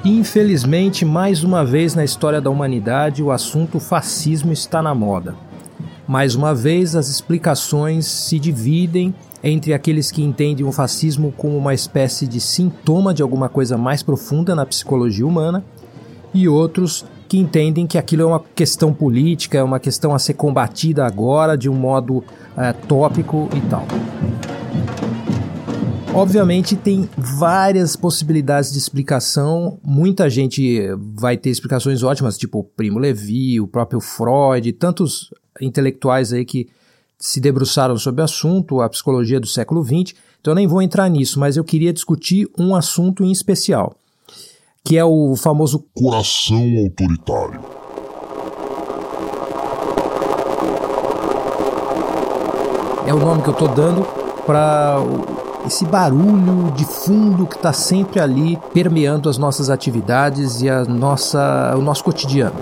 Infelizmente, mais uma vez na história da humanidade, o assunto fascismo está na moda. Mais uma vez, as explicações se dividem entre aqueles que entendem o fascismo como uma espécie de sintoma de alguma coisa mais profunda na psicologia humana e outros que entendem que aquilo é uma questão política, é uma questão a ser combatida agora de um modo tópico e tal. Obviamente tem várias possibilidades de explicação, muita gente vai ter explicações ótimas, tipo o Primo Levi, o próprio Freud, tantos intelectuais aí que se debruçaram sobre o assunto, a psicologia do século XX, então eu nem vou entrar nisso, mas eu queria discutir um assunto em especial, que é o famoso coração autoritário. É o nome que eu estou dando para esse barulho de fundo que está sempre ali permeando as nossas atividades e o nosso cotidiano.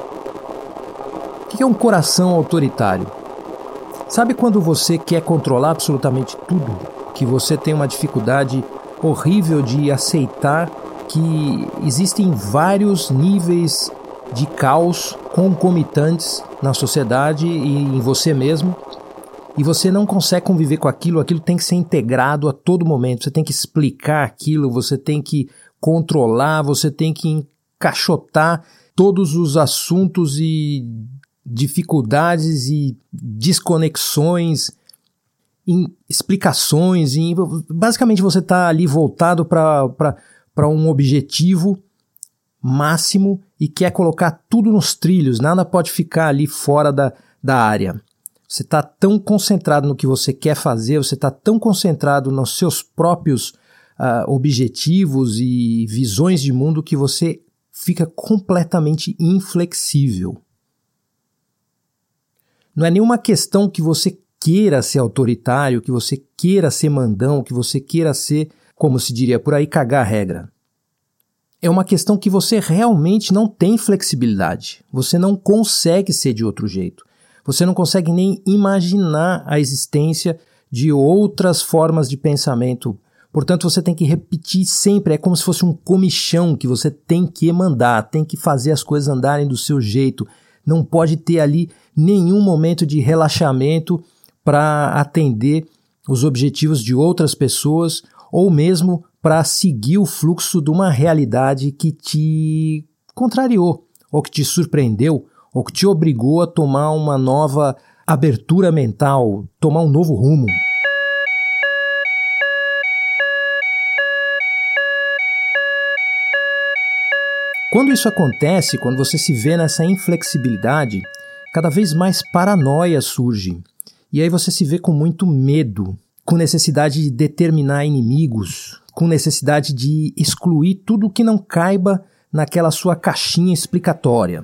O que é um coração autoritário? Sabe quando você quer controlar absolutamente tudo? Que você tem uma dificuldade horrível de aceitar que existem vários níveis de caos concomitantes na sociedade e em você mesmo, e você não consegue conviver com aquilo tem que ser integrado a todo momento, você tem que explicar aquilo, você tem que controlar, você tem que encaixotar todos os assuntos e dificuldades e desconexões, explicações, basicamente você está ali voltado para um objetivo máximo e quer colocar tudo nos trilhos, nada pode ficar ali fora da área. Você está tão concentrado no que você quer fazer, você está tão concentrado nos seus próprios objetivos e visões de mundo que você fica completamente inflexível. Não é nenhuma questão que você queira ser autoritário, que você queira ser mandão, que você queira ser, como se diria por aí, cagar a regra. É uma questão que você realmente não tem flexibilidade. Você não consegue ser de outro jeito. Você não consegue nem imaginar a existência de outras formas de pensamento. Portanto, você tem que repetir sempre, é como se fosse um comichão que você tem que mandar, tem que fazer as coisas andarem do seu jeito. Não pode ter ali nenhum momento de relaxamento para atender os objetivos de outras pessoas ou mesmo para seguir o fluxo de uma realidade que te contrariou, ou que te surpreendeu, ou que te obrigou a tomar uma nova abertura mental, tomar um novo rumo. Quando isso acontece, quando você se vê nessa inflexibilidade, cada vez mais paranoia surge. E aí você se vê com muito medo, com necessidade de determinar inimigos, com necessidade de excluir tudo que não caiba naquela sua caixinha explicatória.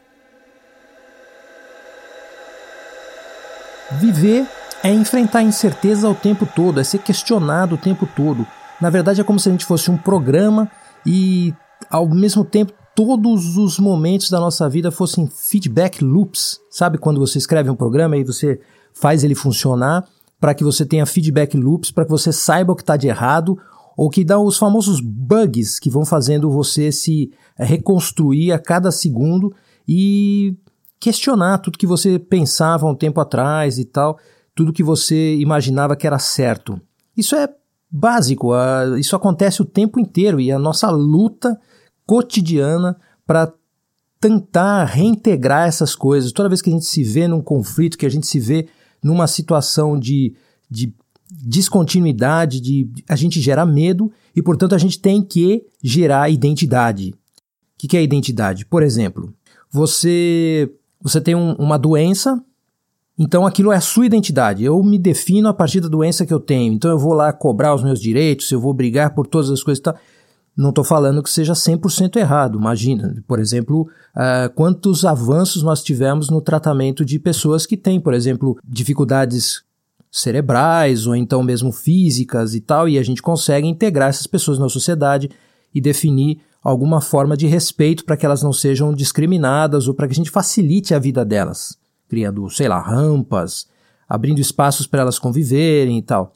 Viver é enfrentar a incerteza o tempo todo, é ser questionado o tempo todo. Na verdade é como se a gente fosse um programa e, ao mesmo tempo, todos os momentos da nossa vida fossem feedback loops. Sabe quando você escreve um programa e você faz ele funcionar para que você tenha feedback loops, para que você saiba o que está de errado, ou que dá os famosos bugs que vão fazendo você se reconstruir a cada segundo e questionar tudo que você pensava um tempo atrás e tal, tudo que você imaginava que era certo. Isso é básico, isso acontece o tempo inteiro e a nossa luta cotidiana para tentar reintegrar essas coisas. Toda vez que a gente se vê num conflito, que a gente se vê numa situação de descontinuidade, a gente gera medo e, portanto, a gente tem que gerar identidade. O que é identidade? Por exemplo, você tem uma doença, então aquilo é a sua identidade. Eu me defino a partir da doença que eu tenho, então eu vou lá cobrar os meus direitos, eu vou brigar por todas as coisas e tal. Não estou falando que seja 100% errado, imagina, por exemplo, quantos avanços nós tivemos no tratamento de pessoas que têm, por exemplo, dificuldades cerebrais ou então mesmo físicas e tal, e a gente consegue integrar essas pessoas na sociedade e definir alguma forma de respeito para que elas não sejam discriminadas ou para que a gente facilite a vida delas, criando, rampas, abrindo espaços para elas conviverem e tal.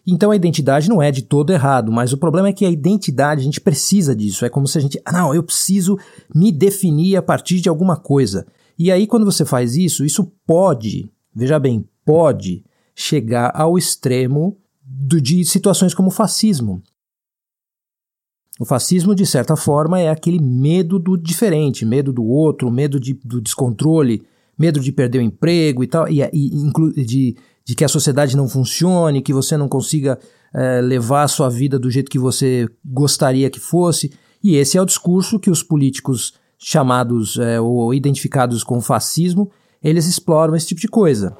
Então a identidade não é de todo errado, mas o problema é que a identidade, a gente precisa disso. É como se a gente, não, eu preciso me definir a partir de alguma coisa. E aí quando você faz isso, isso pode, veja bem, pode chegar ao extremo de situações como o fascismo. O fascismo, de certa forma, é aquele medo do diferente, medo do outro, medo do descontrole, medo de perder o emprego e tal, de que a sociedade não funcione, que você não consiga levar a sua vida do jeito que você gostaria que fosse. E esse é o discurso que os políticos chamados ou identificados com o fascismo, eles exploram esse tipo de coisa.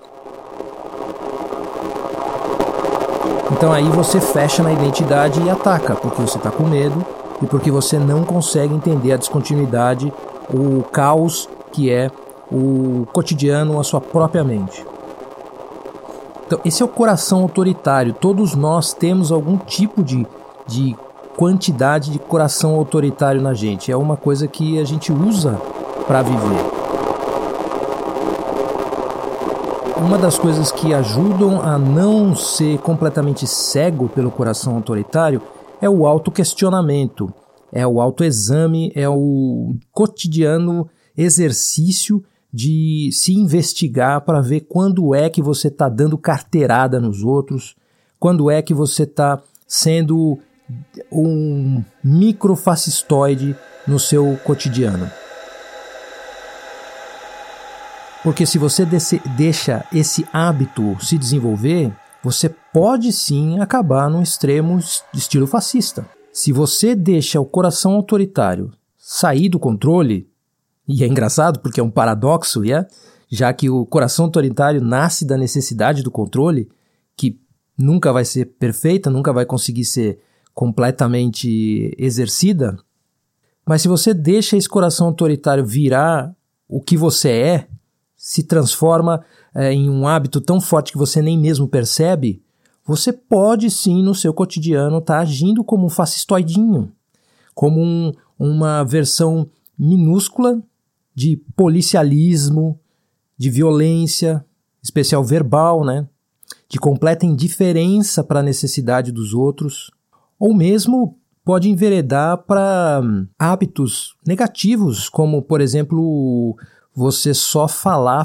Então aí você fecha na identidade e ataca, porque você está com medo e porque você não consegue entender a descontinuidade, o caos que é o cotidiano, a sua própria mente. Então esse é o coração autoritário. Todos nós temos algum tipo de quantidade de coração autoritário na gente. É uma coisa que a gente usa para viver. Uma das coisas que ajudam a não ser completamente cego pelo coração autoritário é o autoquestionamento, é o autoexame, é o cotidiano exercício de se investigar para ver quando é que você está dando carteirada nos outros, quando é que você está sendo um microfascistoide no seu cotidiano. Porque se você deixa esse hábito se desenvolver, você pode sim acabar num extremo de estilo fascista. Se você deixa o coração autoritário sair do controle, e é engraçado porque é um paradoxo, já que o coração autoritário nasce da necessidade do controle, que nunca vai ser perfeita, nunca vai conseguir ser completamente exercida, mas se você deixa esse coração autoritário virar o que você se transforma em um hábito tão forte que você nem mesmo percebe, você pode sim no seu cotidiano estar agindo como um fascistoidinho, como uma versão minúscula de policialismo, de violência, especial verbal, de completa indiferença para a necessidade dos outros, ou mesmo pode enveredar para hábitos negativos, como, por exemplo, você só falar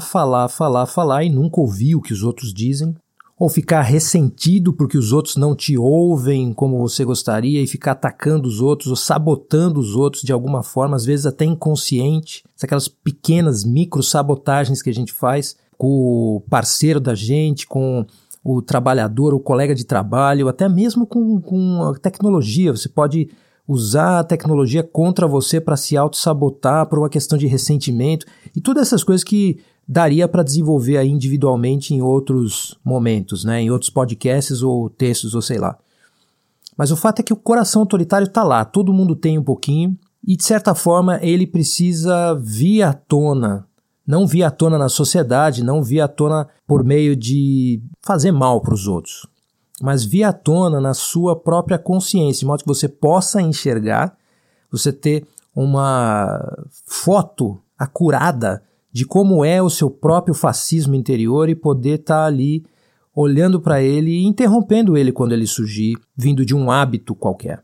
e nunca ouvir o que os outros dizem, ou ficar ressentido porque os outros não te ouvem como você gostaria e ficar atacando os outros ou sabotando os outros de alguma forma, às vezes até inconsciente, aquelas pequenas micro-sabotagens que a gente faz com o parceiro da gente, com o trabalhador, o colega de trabalho, até mesmo com a tecnologia. Você pode usar a tecnologia contra você para se auto-sabotar por uma questão de ressentimento e todas essas coisas que daria para desenvolver aí individualmente em outros momentos, em outros podcasts ou textos ou sei lá. Mas o fato é que o coração autoritário está lá, todo mundo tem um pouquinho e de certa forma ele precisa vir à tona, não vir à tona na sociedade, não vir à tona por meio de fazer mal para os outros, mas vir à tona na sua própria consciência, de modo que você possa enxergar, você ter uma foto acurada de como é o seu próprio fascismo interior e poder estar ali olhando para ele e interrompendo ele quando ele surgir, vindo de um hábito qualquer.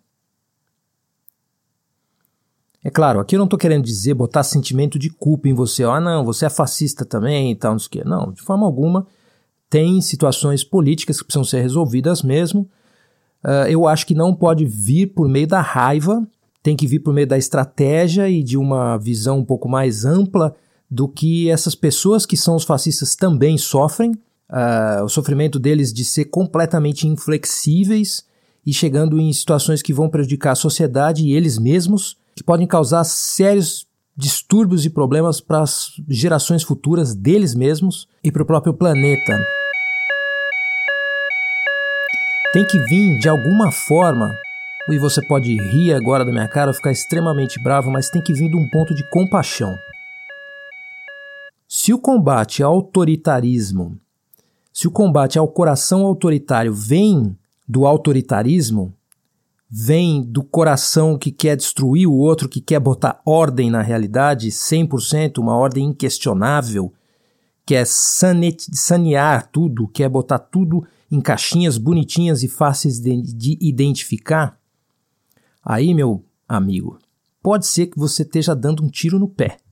É claro, aqui eu não estou querendo dizer botar sentimento de culpa em você, não, você é fascista também e tal, não sei o quê. Não, de forma alguma. Tem situações políticas que precisam ser resolvidas mesmo. Eu acho que não pode vir por meio da raiva, tem que vir por meio da estratégia e de uma visão um pouco mais ampla do que essas pessoas que são os fascistas também sofrem, o sofrimento deles de ser completamente inflexíveis e chegando em situações que vão prejudicar a sociedade e eles mesmos, que podem causar sérios distúrbios e problemas para as gerações futuras deles mesmos e para o próprio planeta. Tem que vir de alguma forma, e você pode rir agora da minha cara ou ficar extremamente bravo, mas tem que vir de um ponto de compaixão. Se o combate ao autoritarismo, se o combate ao coração autoritário vem do autoritarismo, vem do coração que quer destruir o outro, que quer botar ordem na realidade, 100%, uma ordem inquestionável, quer sanear tudo, quer botar tudo em caixinhas bonitinhas e fáceis de identificar, aí, meu amigo, pode ser que você esteja dando um tiro no pé.